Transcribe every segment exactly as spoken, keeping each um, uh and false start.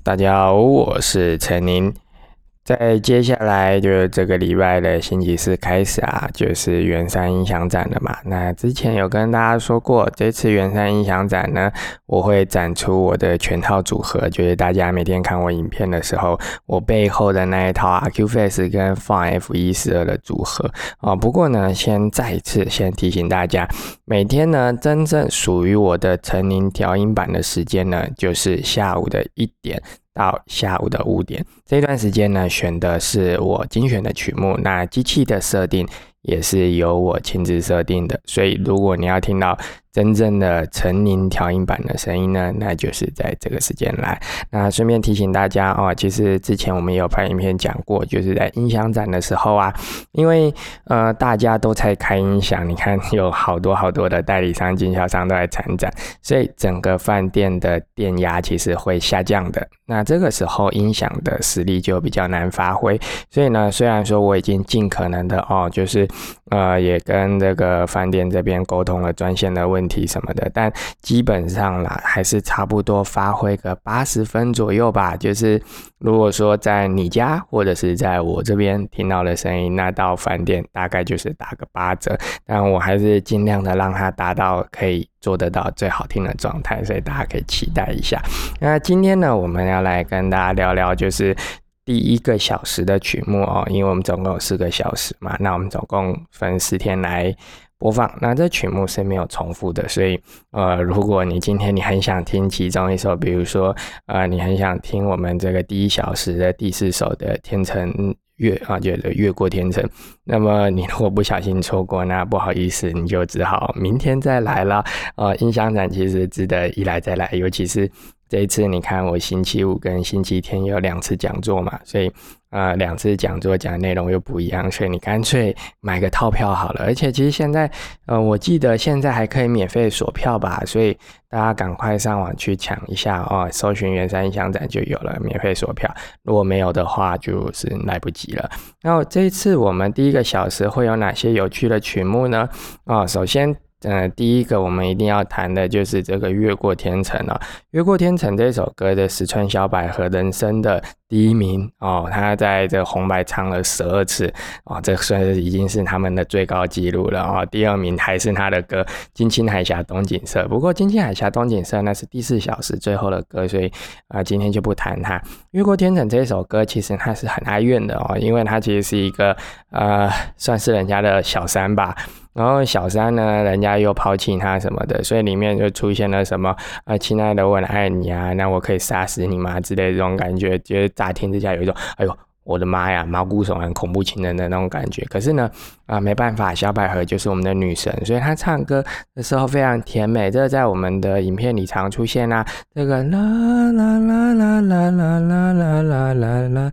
大家好，我是陈宁。在接下来就是这个礼拜的星期四开始啊，就是圆山音响展了嘛。那之前有跟大家说过，这次圆山音响展呢，我会展出我的全套组合，就是大家每天看我影片的时候，我背后的那一套 R Q Face 跟 Fun F 一十二的组合啊。不过呢，先再一次先提醒大家，每天呢真正属于我的陈宁调音版的时间呢，就是下午的一点到下午的五点，这段时间呢，选的是我精选的曲目，那机器的设定也是由我亲自设定的，所以如果你要听到真正的陈宁调音版的声音呢，那就是在这个时间来。那顺便提醒大家哦，其实之前我们也有拍影片讲过，就是在音响展的时候啊，因为呃大家都在开音响，你看有好多好多的代理商、经销商都在参展，所以整个饭店的电压其实会下降的。那这个时候音响的实力就比较难发挥，所以呢，虽然说我已经尽可能的哦，就是呃也跟这个饭店这边沟通了专线的问题什么的，但基本上啦还是差不多发挥个八十分左右吧。就是如果说在你家或者是在我这边听到的声音，那到饭店大概就是打个八折，但我还是尽量的让它达到可以做得到最好听的状态，所以大家可以期待一下。那今天呢，我们要来跟大家聊聊就是第一个小时的曲目哦，因为我们总共有四个小时嘛，那我们总共分十天来播放，那这曲目是没有重复的，所以呃，如果你今天你很想听其中一首，比如说呃，你很想听我们这个第一小时的第四首的天成越啊，就是越过天成，那么你如果不小心错过，那不好意思，你就只好明天再来了。呃，音响展其实值得一来再来，尤其是这一次你看我星期五跟星期天有两次讲座嘛，所以呃两次讲座讲的内容又不一样，所以你干脆买个套票好了。而且其实现在呃我记得现在还可以免费锁票吧，所以大家赶快上网去抢一下哦，搜寻圆山音响展就有了免费锁票，如果没有的话就是来不及了。那这一次我们第一个小时会有哪些有趣的曲目呢？哦，首先呃，第一个我们一定要谈的就是这个越过天成啊、哦。越过天成这首歌的石川小百合人生的第一名哦，他在这红白唱了十二次哦，这算是已经是他们的最高纪录了哦。第二名还是他的歌《金青海峡东景色》，不过《金青海峡东景色》那是第四小时最后的歌，所以啊、呃、今天就不谈它。越过天成这首歌其实它是很哀怨的哦，因为它其实是一个呃算是人家的小三吧。然后小三呢，人家又抛弃他什么的，所以里面就出现了什么啊，亲爱的我很爱你啊，那我可以杀死你吗之类的这种感觉，就是乍听之下有一种哎呦我的妈呀，毛骨悚然恐怖情人的那种感觉。可是呢啊、呃、没办法，小百合就是我们的女神，所以她唱歌的时候非常甜美，这个在我们的影片里常出现啊，这个啦啦啦啦啦啦啦啦啦啦啦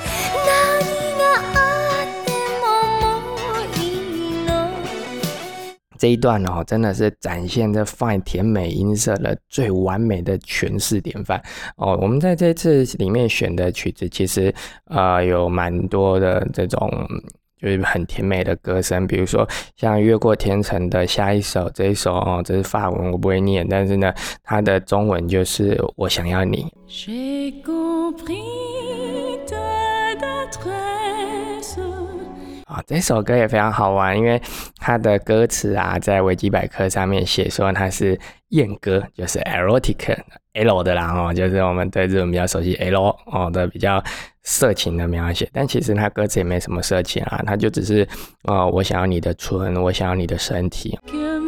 这一段哦，真的是展现这 Fine 甜美音色的最完美的诠释典范哦。我们在这次里面选的曲子，其实呃有蛮多的这种就是很甜美的歌声，比如说像越过天成的下一首，这一首哦，这是法文我不会念，但是呢，它的中文就是我想要你。啊、哦，这首歌也非常好玩，因为它的歌词啊，在维基百科上面写说它是艳歌，就是 erotic L 的啦哦，就是我们对日文比较熟悉 L 哦的比较色情的描写，但其实它歌词也没什么色情啊，它就只是哦，我想要你的唇，我想要你的身体。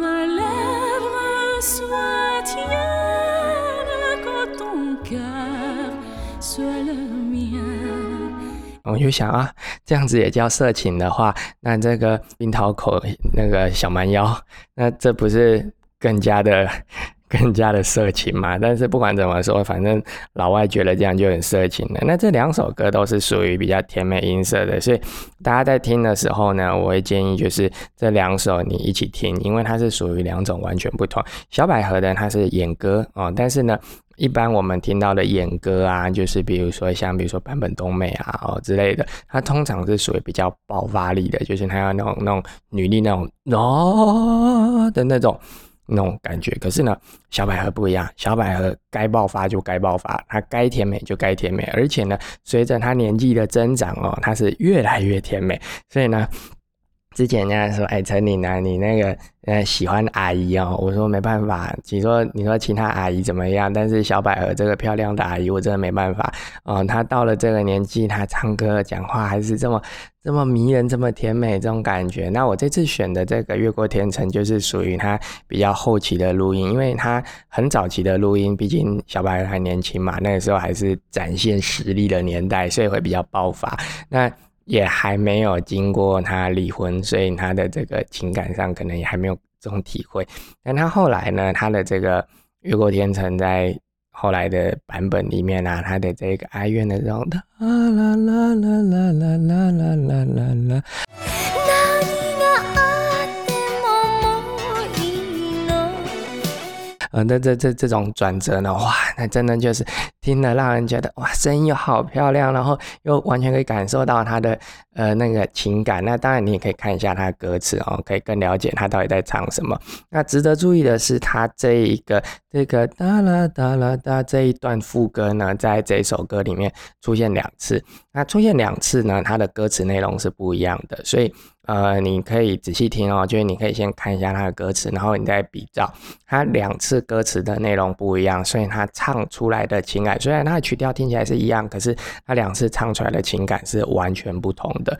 我就想啊，这样子也叫色情的话，那这个樱桃口那个小蛮腰，那这不是更加的更加的色情嘛？但是不管怎么说，反正老外觉得这样就很色情了。那这两首歌都是属于比较甜美音色的，所以大家在听的时候呢，我会建议就是这两首你一起听，因为它是属于两种完全不同。小百合的它是演歌哦，但是呢。一般我们听到的演歌啊，就是比如说像比如说坂本冬美啊哦之类的，它通常是属于比较爆发力的，就是它要那种那种女力那种哦的那种那种感觉。可是呢，小百合不一样，小百合该爆发就该爆发，它该甜美就该甜美，而且呢，随着它年纪的增长哦，它是越来越甜美。所以呢，之前人家说，哎，陈琳啊，你那个呃喜欢阿姨哦，我说没办法，你说你说其他阿姨怎么样，但是小百合这个漂亮的阿姨，我真的没办法哦。她到了这个年纪，她唱歌讲话还是这么这么迷人，这么甜美，这种感觉。那我这次选的这个《越过天城》就是属于她比较后期的录音，因为她很早期的录音，毕竟小百合还年轻嘛，那个时候还是展现实力的年代，所以会比较爆发。那也还没有经过他离婚，所以他的这个情感上可能也还没有这种体会。但他后来呢，他的这个越过天城在后来的版本里面啊，他的这个哀怨的这种啦啦啦啦啦啦啦啦啦啦啦。呃，那这这这种转折呢，哇，那真的就是听了让人觉得哇，声音又好漂亮，然后又完全可以感受到他的呃那个情感。那当然你也可以看一下他的歌词哦，可以更了解他到底在唱什么。那值得注意的是，他这一个这个哒啦哒啦哒这一段副歌呢，在这首歌里面出现两次。那出现两次呢，它的歌词内容是不一样的，所以呃，你可以仔细听哦，就是你可以先看一下它的歌词，然后你再比照它两次歌词的内容不一样，所以它唱出来的情感，虽然它的曲调听起来是一样，可是它两次唱出来的情感是完全不同的。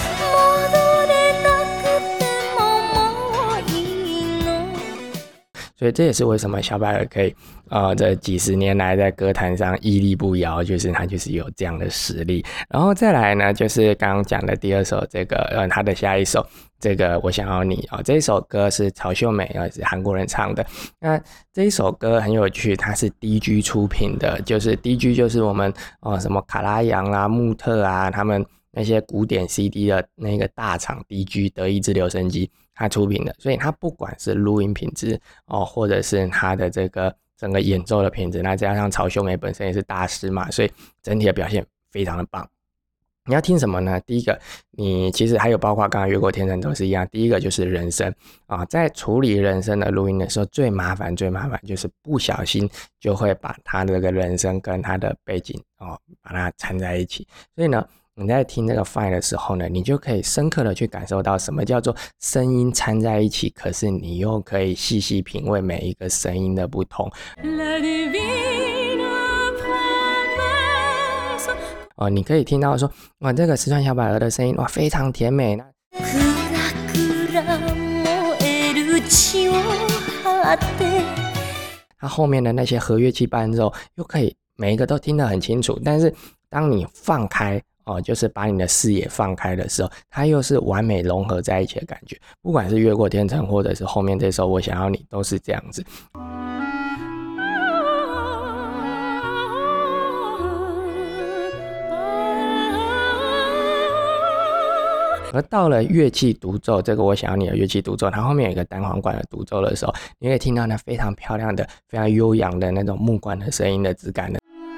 所以这也是为什么小百合可以呃这几十年来在歌坛上屹立不摇，就是他就是有这样的实力。然后再来呢，就是刚刚讲的第二首这个呃他的下一首这个我想要你啊、哦，这一首歌是曹秀美啊，是韩国人唱的。那这一首歌很有趣，它是 D G 出品的，就是 D G 就是我们哦什么卡拉扬啦、穆特啊，他们那些古典 C D 的那个大厂 D G 德意志留声机。他出品的，所以他不管是录音品质哦，或者是他的这个整个演奏的品质，那加上曹秀美本身也是大师嘛，所以整体的表现非常的棒。你要听什么呢？第一个，你其实还有包括刚刚越过天城都是一样。第一个就是人声啊，在处理人声的录音的时候，最麻烦最麻烦就是不小心就会把他的这个人声跟他的背景哦，把它掺在一起。所以呢，你在听这个 file 的时候呢，你就可以深刻的去感受到什么叫做声音掺在一起，可是你又可以细细品味每一个声音的不同。哦，你可以听到说，哇，这个石川小百合的声音哇非常甜美。它后面的那些和乐器伴奏又可以每一个都听得很清楚，但是当你放开哦，就是把你的视野放开的时候，它又是完美融合在一起的感觉。不管是越过天城，或者是后面这首我想要你，都是这样子。而到了乐器独奏，这个我想要你的乐器独奏，它后面有一个单簧管的独奏的时候，你可以听到那非常漂亮的、非常悠扬的那种木管的声音的质感的。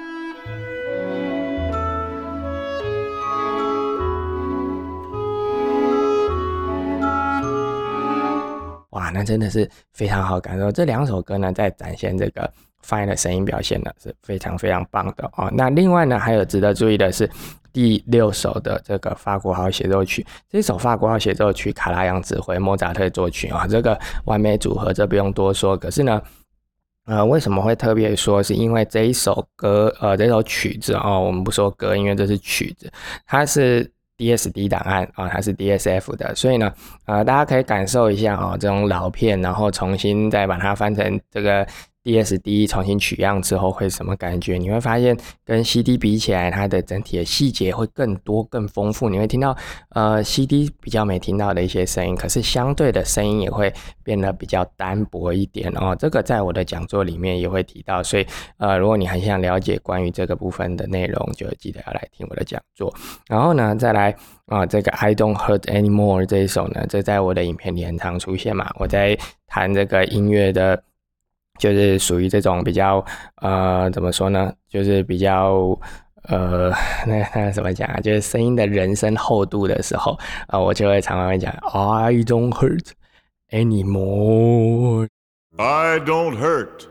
哇，那真的是非常好感受。这两首歌呢，在展现这个 fine 的声音表现呢，是非常非常棒的哦。那另外呢，还有值得注意的是第六首的这个法国号协奏曲。这首法国号协奏曲，卡拉扬指挥，莫扎特作曲啊、哦，这个完美组合，这不用多说。可是呢，呃，为什么会特别说？是因为这一首歌，呃，这首曲子哦，我们不说歌，因为这是曲子，它是D S D 档案啊、哦，它是 D S F 的，所以呢，呃，大家可以感受一下哦，这种老片，然后重新再把它翻成这个 D S D 重新取样之后会什么感觉？你会发现跟 C D 比起来，它的整体的细节会更多、更丰富。你会听到呃 C D 比较没听到的一些声音，可是相对的声音也会变得比较单薄一点哦。这个在我的讲座里面也会提到，所以呃，如果你很想了解关于这个部分的内容，就记得要来听我的讲座。然后呢，再来啊、呃，这个 I Don't Hurt Anymore 这一首呢，这在我的影片里很常出现嘛。我在谈这个音乐的。就是属于这种比较呃怎么说呢，就是比较呃那那怎么讲啊，就是声音的人声厚度的时候啊、呃，我就会常常会讲 I don't hurt anymore。 I don't hurt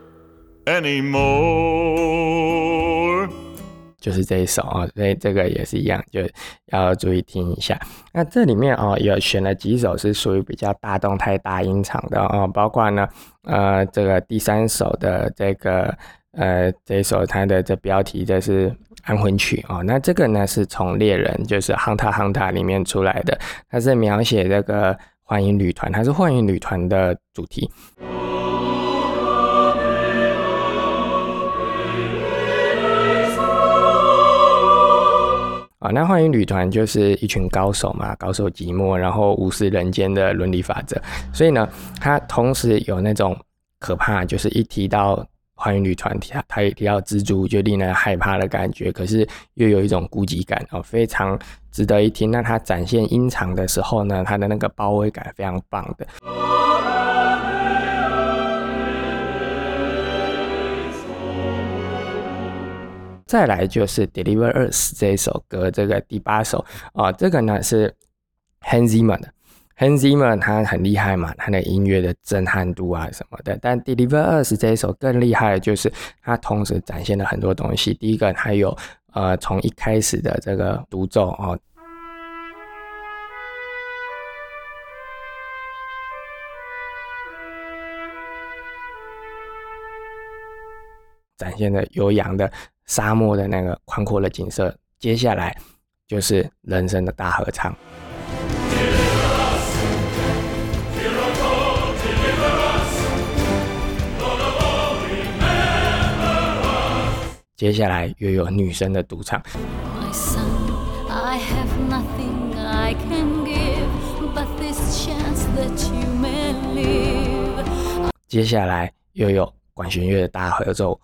anymore， 就是这一首哦，所以这个也是一样，就要注意听一下。那这里面哦，有选了几首是属于比较大动态、大音场的哦，包括呢，呃，这个第三首的这个呃这一首它的这标题这是安魂曲哦，那这个呢是从猎人就是《Hunter Hunter》里面出来的，它是描写这个幻影旅团，它是幻影旅团的主题。啊，那幻影旅团就是一群高手嘛，高手寂寞，然后无视人间的伦理法则，所以呢，它同时有那种可怕，就是一提到幻影旅团，它一提到蜘蛛就令人害怕的感觉，可是又有一种孤寂感哦，非常值得一听。那它展现音场的时候呢，它的那个包围感非常棒的。再来就是 Deliver Us 这一首歌，这个第八首啊、呃，这个呢是 Hans Zimmer 的。Hans Zimmer 他很厉害嘛，他的音乐的震撼度啊什么的。但 Deliver Us 这一首更厉害的就是他同时展现了很多东西。第一个，他有呃从一开始的这个独奏哦。展现的悠扬的沙漠的那个宽阔的景色，接下来就是人声的大合唱。接下来又有女生的独唱。My son, I have nothing I can give, but this chance that you may live. 接下来又有管弦乐的大合奏。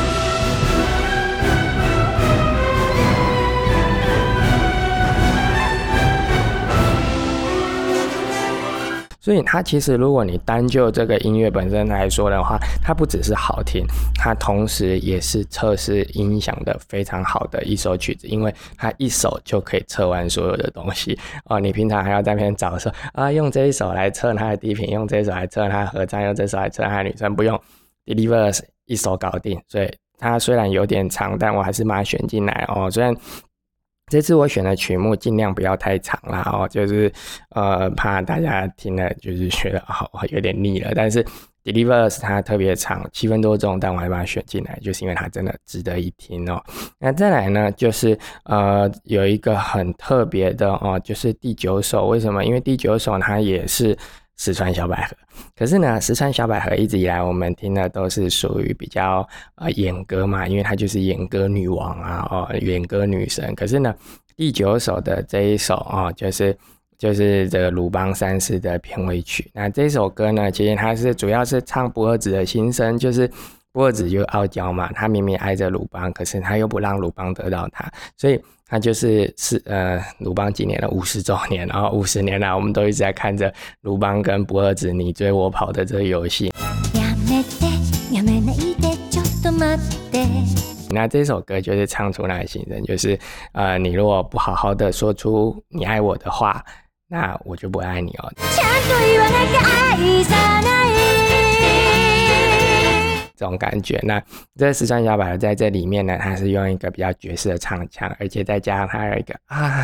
所以它其实如果你单就这个音乐本身来说的话，它不只是好听，它同时也是测试音响的非常好的一首曲子，因为它一首就可以测完所有的东西哦。你平常还要在那边找说啊，用这一首来测它的低频，用这一首来测它的合唱，用这一首来测它的女生，不用 Deliver 一首搞定。所以它虽然有点长，但我还是把它选进来哦。虽然这次我选的曲目尽量不要太长啦哦，就是呃怕大家听了就是觉得哦有点腻了，但是 Deliver Us 它特别长，七分多钟，但我还把它选进来，就是因为它真的值得一听哦。那再来呢，就是呃有一个很特别的哦，就是第九首，为什么？因为第九首它也是石川小百合，可是呢，石川小百合一直以来我们听的都是属于比较呃演歌嘛，因为她就是演歌女王啊，哦，演歌女神。可是呢，第九首的这一首哦，就是就是这个鲁邦三世的片尾曲。那这首歌呢，其实它是主要是唱不二子的心声，就是不二子就傲娇嘛，他明明爱着鲁邦，可是他又不让鲁邦得到他，所以他就是是呃鲁邦今年的五十周年，然后五十年来我们都一直在看着鲁邦跟不二子你追我跑的这个游戏。那这首歌就是唱出来的心声，就是呃你如果不好好的说出你爱我的话，那我就不爱你哦。这种感觉，那这石川小百合在这里面呢，它是用一个比较爵士的唱腔，而且再加上它有一个啊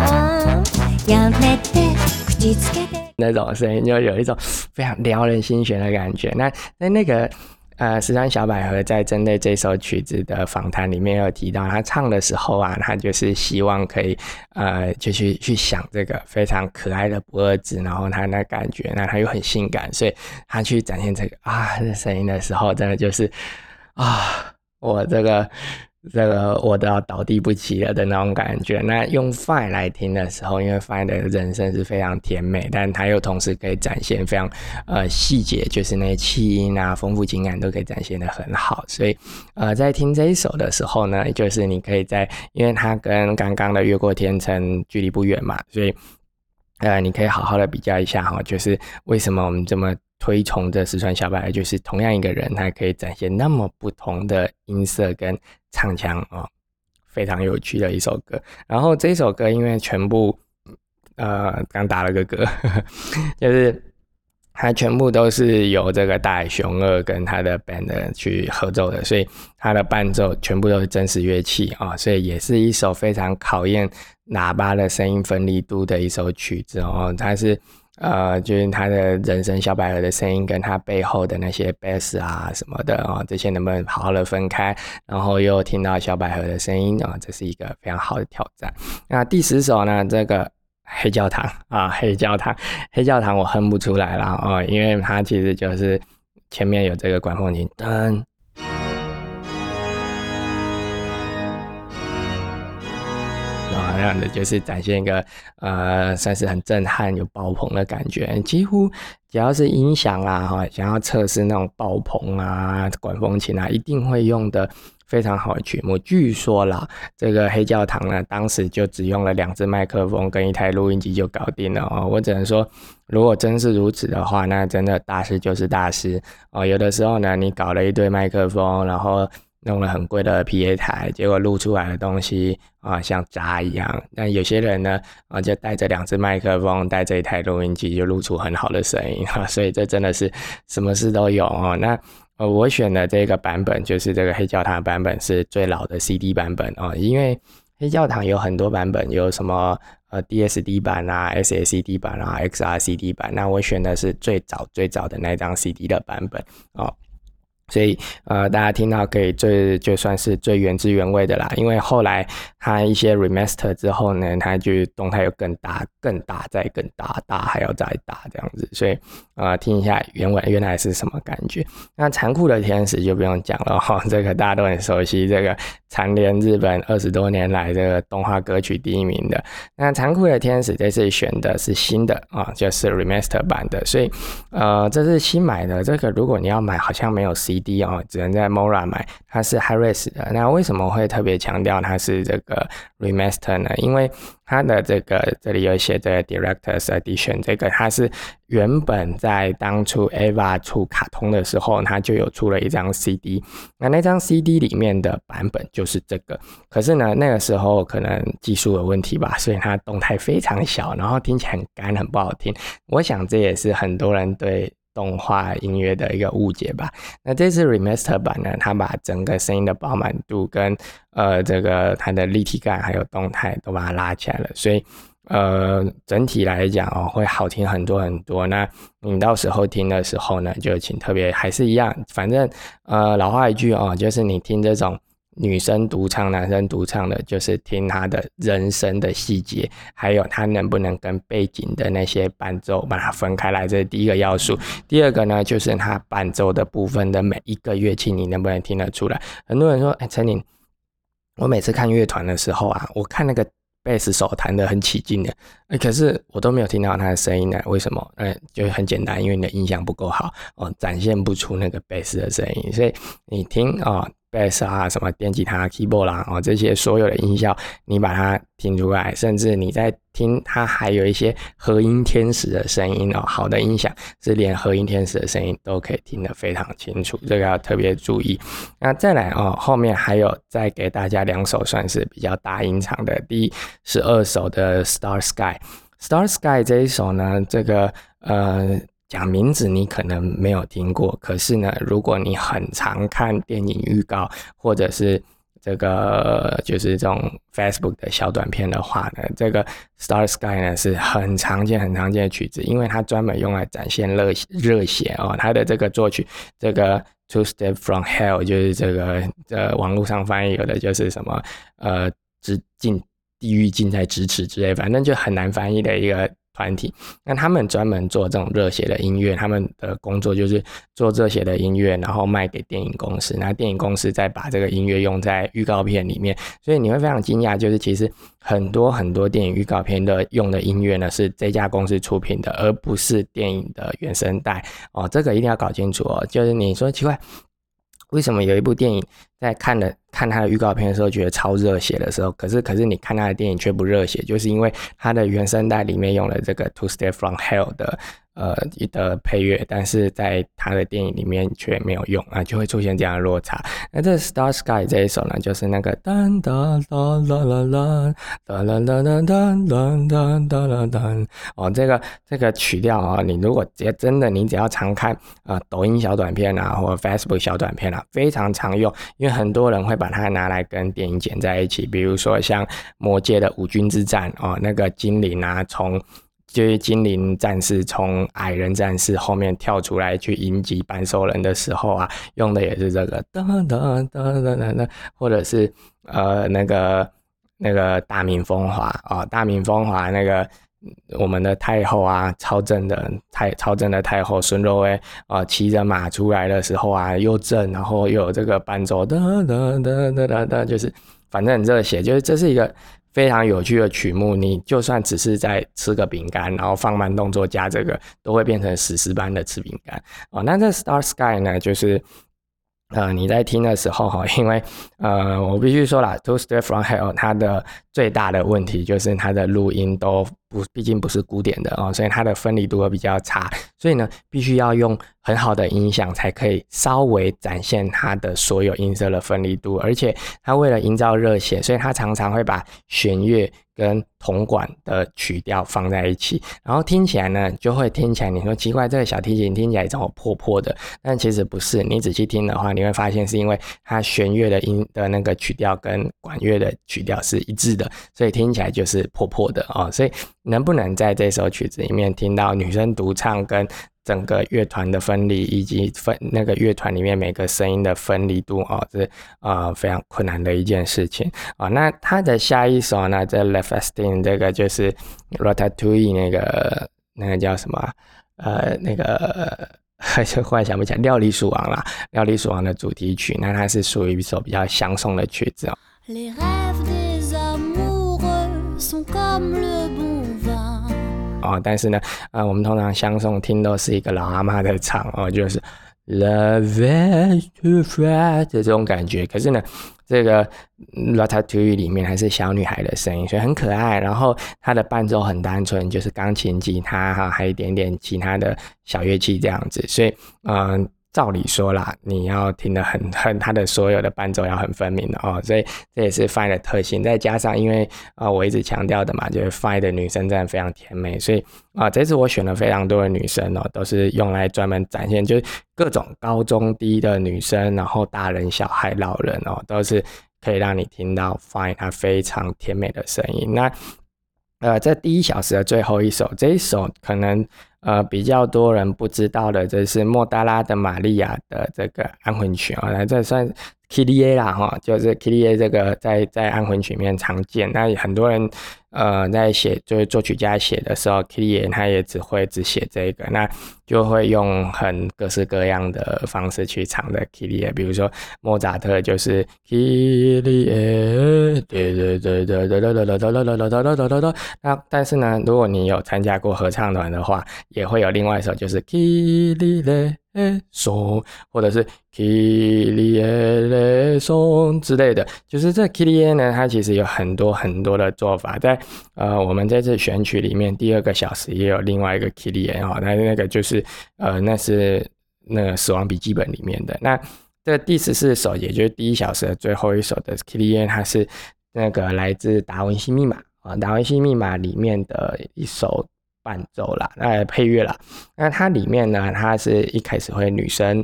那种声音，就有一种非常撩人心弦的感觉。那在那个呃，石川小百合在针对这首曲子的访谈里面有提到，他唱的时候啊，他就是希望可以呃，就去去想这个非常可爱的不二子，然后他那感觉，那他又很性感，所以他去展现这个啊这声音的时候，真的就是啊，我这个这个我都要倒地不起了的那种感觉。那用 Fine 来听的时候，因为 Fine 的人声是非常甜美，但它又同时可以展现非常呃细节，就是那些气音啊、丰富情感都可以展现得很好。所以呃在听这一首的时候呢，就是你可以在，因为它跟刚刚的越过天城距离不远嘛，所以呃你可以好好的比较一下哈，就是为什么我们这么推崇的石川小百合，就是同样一个人，他可以展现那么不同的音色跟唱腔哦，非常有趣的一首歌。然后这首歌因为全部呃刚打了个嗝，就是它全部都是由这个大海雄二跟他的 band 去合奏的，所以它的伴奏全部都是真实乐器啊、哦，所以也是一首非常考验喇叭的声音分离度的一首曲子哦。它是呃，就是他的人声小百合的声音跟他背后的那些 bass 啊什么的哦，这些能不能好好的分开，然后又听到小百合的声音啊、哦，这是一个非常好的挑战。那第十首呢，这个黑教堂啊，黑教堂，黑教堂我哼不出来啦哦，因为它其实就是前面有这个管风琴，噔，啊，这样的就是展现一个呃，算是很震撼、有爆棚的感觉。几乎只要是音响啦，哈，想要测试那种爆棚啊、管风琴啊，一定会用的非常好的曲目。据说啦，这个黑教堂呢，当时就只用了两只麦克风跟一台录音机就搞定了哦。我只能说，如果真是如此的话，那真的大师就是大师哦。有的时候呢，你搞了一堆麦克风，然后弄了很贵的 P A 台，结果录出来的东西啊像渣一样。那有些人呢啊就带着两只麦克风，带着一台录音机，就录出很好的声音啊。所以这真的是什么事都有哦。那呃我选的这个版本就是这个黑教堂的版本，是最老的 C D 版本哦，因为黑教堂有很多版本，有什么呃 D S D 版啊、S A C D 版啊、X R C D 版，那我选的是最早最早的那张 C D 的版本哦。所以呃，大家听到可以最就算是最原汁原味的啦，因为后来它一些 remaster 之后呢，它就动态又更大、更大再更大，大还要再大这样子，所以呃，听一下原文原来是什么感觉。那残酷的天使就不用讲了哈、哦，这个大家都很熟悉，这个蝉联日本二十多年来这个动画歌曲第一名的。那残酷的天使这次选的是新的啊、哦，就是 remaster 版的，所以呃，这是新买的。这个如果你要买，好像没有 C D 哦，只能在 Mora 买，它是 Hi-Res 的。那为什么会特别强调它是这个 remaster 呢？因为它的这个这里有写这个 Director's Edition， 这个它是原本在当初 E V A 出卡通的时候，它就有出了一张 C D， 那那张 C D 里面的版本就是这个。可是呢，那个时候可能技术有问题吧，所以它动态非常小，然后听起来很干，很不好听。我想这也是很多人对动画音乐的一个误解吧。那这次 remaster 版呢，它把整个声音的饱满度跟呃这个它的立体感还有动态都把它拉起来了，所以呃整体来讲哦会好听很多很多。那你到时候听的时候呢，就请特别还是一样，反正呃老话一句哦，就是你听这种女生独唱男生独唱的，就是听他的人声的细节，还有他能不能跟背景的那些伴奏把它分开来，这是第一个要素。第二个呢，就是他伴奏的部分的每一个乐器你能不能听得出来。很多人说哎，陈宁，我每次看乐团的时候啊，我看那个贝斯手弹得很起劲的，欸，可是我都没有听到他的声音呢，为什么？欸，就很简单，因为你的音响不够好哦，展现不出那个贝斯的声音，所以你听啊。哦贝斯啊，什么电吉他、keyboard 啦，哦，这些所有的音效，你把它听出来，甚至你在听它还有一些和音天使的声音哦，好的音响是连和音天使的声音都可以听得非常清楚，这个要特别注意。那再来哦，后面还有再给大家两首算是比较大音场的，第十二首的 Star Sky。Star Sky 这一首呢，这个呃。讲名字你可能没有听过，可是呢，如果你很常看电影预告，或者是这个就是这种 Facebook 的小短片的话呢，这个 Star Sky 呢是很常见很常见的曲子，因为它专门用来展现热热血哦。它的这个作曲，这个 Two Step From Hell 就是这个呃网络上翻译有的就是什么呃直进地狱近在咫尺之类，反正就很难翻译的一个团体。那他们专门做这种热血的音乐，他们的工作就是做热血的音乐，然后卖给电影公司，那电影公司再把这个音乐用在预告片里面，所以你会非常惊讶，就是其实很多很多电影预告片的用的音乐呢是这家公司出品的，而不是电影的原声带哦，这个一定要搞清楚哦。就是你说奇怪，为什么有一部电影在看了看它的预告片的时候觉得超热血的时候，可是可是你看它的电影却不热血，就是因为它的原声带里面用了这个 Two Step From Hell 的呃的配乐，但是在他的电影里面却没有用啊，就会出现这样的落差。那这 Star Sky 这一首呢，就是那个噔噔噔啦啦啦噔噔噔噔噔噔噔噔噔哦，这个这个曲调啊、哦，你如果真的你只要常看呃抖音小短片啊，或者 Facebook 小短片啊，非常常用，因为很多人会把它拿来跟电影剪在一起，比如说像魔戒的五军之战哦，那个精灵啊从就是精灵战士从矮人战士后面跳出来去迎击半兽人的时候啊，用的也是这个哒哒哒哒哒哒，或者是呃那个那个大明风华啊、哦，大明风华那个我们的太后啊，超正的太超正的太后孙若薇啊，骑着马出来的时候啊，又正，然后又有这个伴奏哒哒哒哒哒哒，就是反正很热血，就是这是一个非常有趣的曲目，你就算只是在吃个饼干，然后放慢动作加这个，都会变成史诗般的吃饼干哦。那这 Star Sky 呢，就是呃你在听的时候哈，因为呃我必须说啦 Two Straight from Hell 它的最大的问题就是它的录音都不，毕竟不是古典的哦，所以它的分离度会比较差，所以呢，必须要用很好的音响才可以稍微展现它的所有音色的分离度，而且它为了营造热血，所以它常常会把弦乐跟铜管的曲调放在一起，然后听起来呢，就会听起来你说奇怪，这个小提琴听起来这么破破的，但其实不是，你仔细听的话，你会发现是因为它弦乐的音的那个曲调跟管乐的曲调是一致的，所以听起来就是破破的哦，所以能不能在这首曲子里面听到女生独唱跟整个乐团的分离，以及分那个乐团里面每个声音的分离度哦，是呃非常困难的一件事情啊、哦。那他的下一首呢，这 Le Festin 这个就是 Ratatouille 那个那个叫什么呃那个。就忽然想不起来，料理鼠王啦，料理鼠王的主题曲，那它是属于一首比较相送的曲子哦。Les rêves des amoureux sont comme le bon vin 哦，但是呢，呃，我们通常相送听都是一个老阿嬷在唱哦，就是 La vie to fret 的这种感觉。可是呢，这个 Ratatouille 里面还是小女孩的声音，所以很可爱。然后它的伴奏很单纯，就是钢琴、吉他哈，还有一点点其他的小乐器这样子。所以，嗯、呃。照理说啦，你要听得很很，它的所有的伴奏要很分明的哦，所以这也是 Fine 的特性。再加上因为啊、呃，我一直强调的嘛，就是 Fine 的女生真的非常甜美，所以啊、呃，这次我选了非常多的女生哦，都是用来专门展现，就是各种高中低的女生，然后大人、小孩、老人哦，都是可以让你听到 Fine 它非常甜美的声音。那呃，在第一小时的最后一首，这一首可能。呃，比较多人不知道的，这是莫达拉的玛利亚的这个安魂曲啊，那、哦、这算 Kyrie 啦哈，就是 Kyrie 这个在在安魂曲里面常见。那很多人呃在写，就是作曲家写的时候 ，Kyrie 他也只会只写这个，那就会用很各式各样的方式去唱的 Kyrie， 比如说莫扎特就是 Kyrie， 对对对对对对对对对对对对对。那但是呢，如果你有参加过合唱团的话，也会有另外一首，就是 Kyrie Eleison， 或者是 Kyrie Eleison 之类的。就是这 Kyrie 呢，它其实有很多很多的做法。在呃我们这次选曲里面，第二个小时也有另外一个 Kyrie 哈，那那个就是呃那是那个《死亡笔记本》里面的。那这第十四首，也就是第一小时的最后一首的 Kyrie， 它是那个来自达文西密码啊，达文西密码里面的一首。伴奏啦，呃，配乐啦，那它里面呢，它是一开始会女生，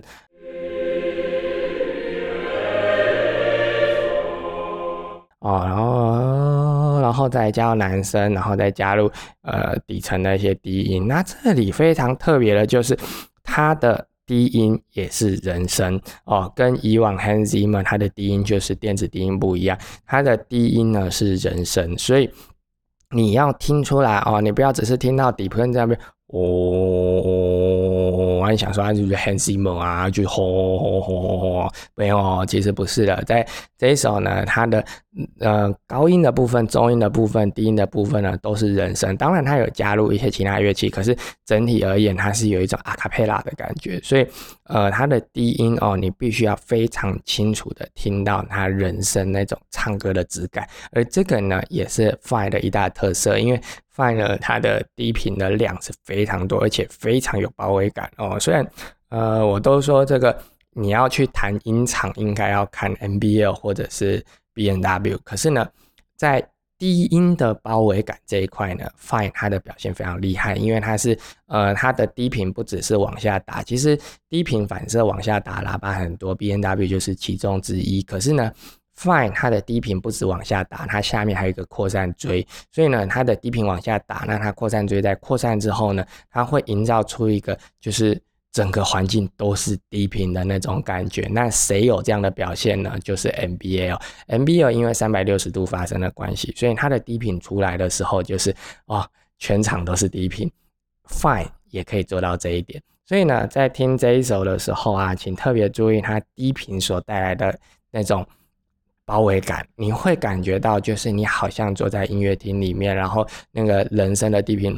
哦，然后，然后再加入男生，然后再加入呃底层的一些低音。那这里非常特别的就是它的低音也是人声哦，跟以往 Hans Zimmer 它的低音就是电子低音不一样，它的低音呢是人声，所以。你要听出来哦，你不要只是听到底喷在那边哦，你想说它就是 Hans Zimmer 啊，就吼吼吼吼吼，没有，其实不是的。在这一首呢，它的呃高音的部分、中音的部分、低音的部分呢，都是人声。当然，它有加入一些其他乐器，可是整体而言，它是有一种阿卡贝拉的感觉。所以，呃，它的低音哦，你必须要非常清楚的听到它人声那种唱歌的质感。而这个呢，也是 Fine 的一大特色，因为 Fine 呢，它的低频的量是非常多，而且非常有包围感哦。虽然呃，我都说这个你要去弹音场，应该要看 M B L 或者是 B M W， 可是呢，在低音的包围感这一块呢 ，Fine 它的表现非常厉害，因为它是呃它的低频不只是往下打，其实低频反射往下打喇叭很多 ，B M W 就是其中之一。可是呢 ，Fine 它的低频不止往下打，它下面还有一个扩散锥，所以呢，它的低频往下打，那它扩散锥在扩散之后呢，它会营造出一个就是整个环境都是低频的那种感觉。那谁有这样的表现呢？就是 M B L。M B L 因为三百六十度发生的关系，所以它的低频出来的时候就是哦，全场都是低频。Fine 也可以做到这一点。所以呢，在听这一首的时候啊，请特别注意它低频所带来的那种包围感，你会感觉到就是你好像坐在音乐厅里面，然后那个人声的低频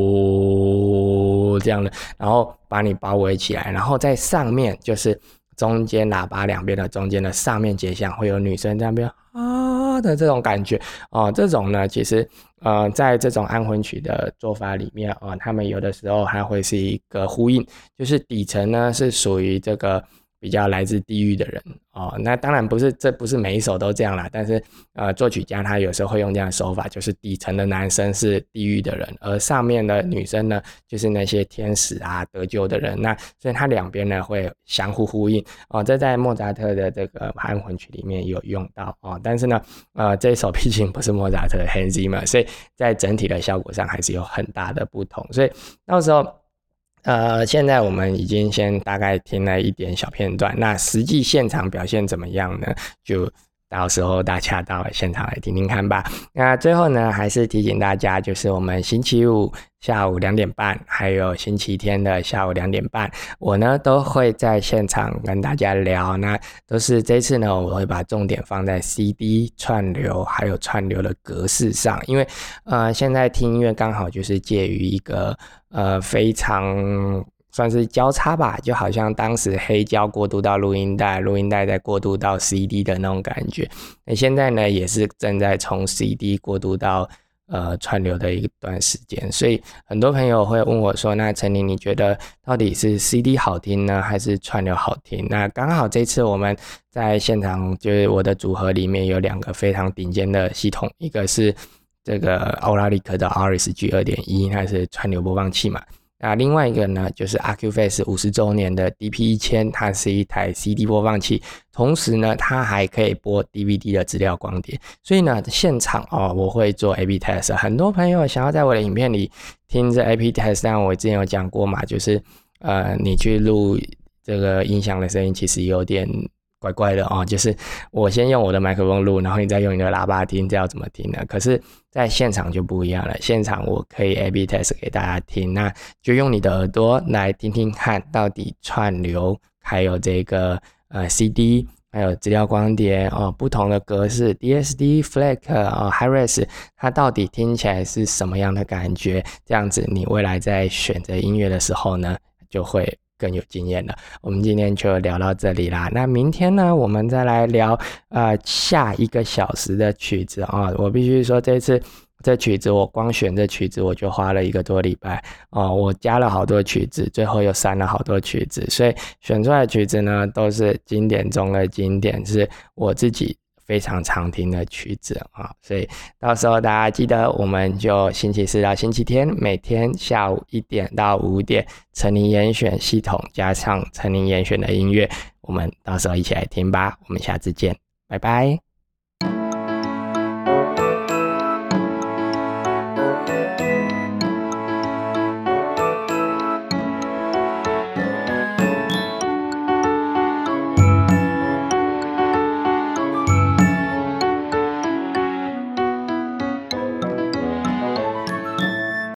呼这样的，然后把你包围起来，然后在上面就是中间喇叭两边的中间的上面节响会有女生在那边啊的这种感觉哦。这种呢，其实呃在这种安魂曲的做法里面哦，他们有的时候还会是一个呼应，就是底层呢是属于这个比较来自地狱的人哦，那当然不是，这不是每一首都这样啦，但是呃，作曲家他有时候会用这样的手法，就是底层的男生是地狱的人，而上面的女生呢，就是那些天使啊得救的人，那所以他两边呢会相互呼应哦，这在莫扎特的这个安魂曲里面有用到哦，但是呢，呃，这一首毕竟不是莫扎特的 Hans Zimmer， 所以在整体的效果上还是有很大的不同，所以到时候。呃，现在我们已经先大概听了一点小片段，那实际现场表现怎么样呢？就到时候大家到现场来听听看吧。那最后呢，还是提醒大家，就是我们星期五下午两点半，还有星期天的下午两点半，我呢都会在现场跟大家聊。那都是这次呢，我会把重点放在 C D 串流还有串流的格式上，因为呃现在听音乐刚好就是介于一个呃非常算是交叉吧，就好像当时黑胶过渡到录音带，录音带再过渡到 C D 的那种感觉。那现在呢，也是正在从 C D 过渡到呃串流的一段时间，所以很多朋友会问我说，那陈林你觉得到底是 C D 好听呢，还是串流好听？那刚好这次我们在现场就是我的组合里面有两个非常顶尖的系统，一个是这个奥拉利克的 R S G 二点一， 它是串流播放器嘛。那另外一个呢，就是 Acuface 五十周年的 D P 一千，它是一台 C D 播放器，同时呢，它还可以播 D V D 的资料光碟。所以呢，现场哦，我会做 A B test。很多朋友想要在我的影片里听这 A B test， 但我之前有讲过嘛，就是呃，你去录这个音响的声音，其实有点怪怪的哦，就是我先用我的麦克风录，然后你再用你的喇叭听，这要怎么听呢？可是在现场就不一样了，现场我可以 A B test 给大家听，那就用你的耳朵来听听看，到底串流还有这个呃 C D 还有资料光碟哦，不同的格式 D S D、F L A C 哦、Hi-Res， 它到底听起来是什么样的感觉？这样子你未来在选择音乐的时候呢，就会更有经验了。我们今天就聊到这里啦，那明天呢，我们再来聊呃下一个小时的曲子啊、哦。我必须说，这次这曲子我光选这曲子我就花了一个多礼拜哦，我加了好多曲子，最后又删了好多曲子，所以选出来的曲子呢都是经典中的经典，是我自己非常常听的曲子啊，所以到时候大家记得，我们就星期四到星期天，每天下午一点到五点，陈林严选系统加上陈林严选的音乐，我们到时候一起来听吧。我们下次见，拜拜。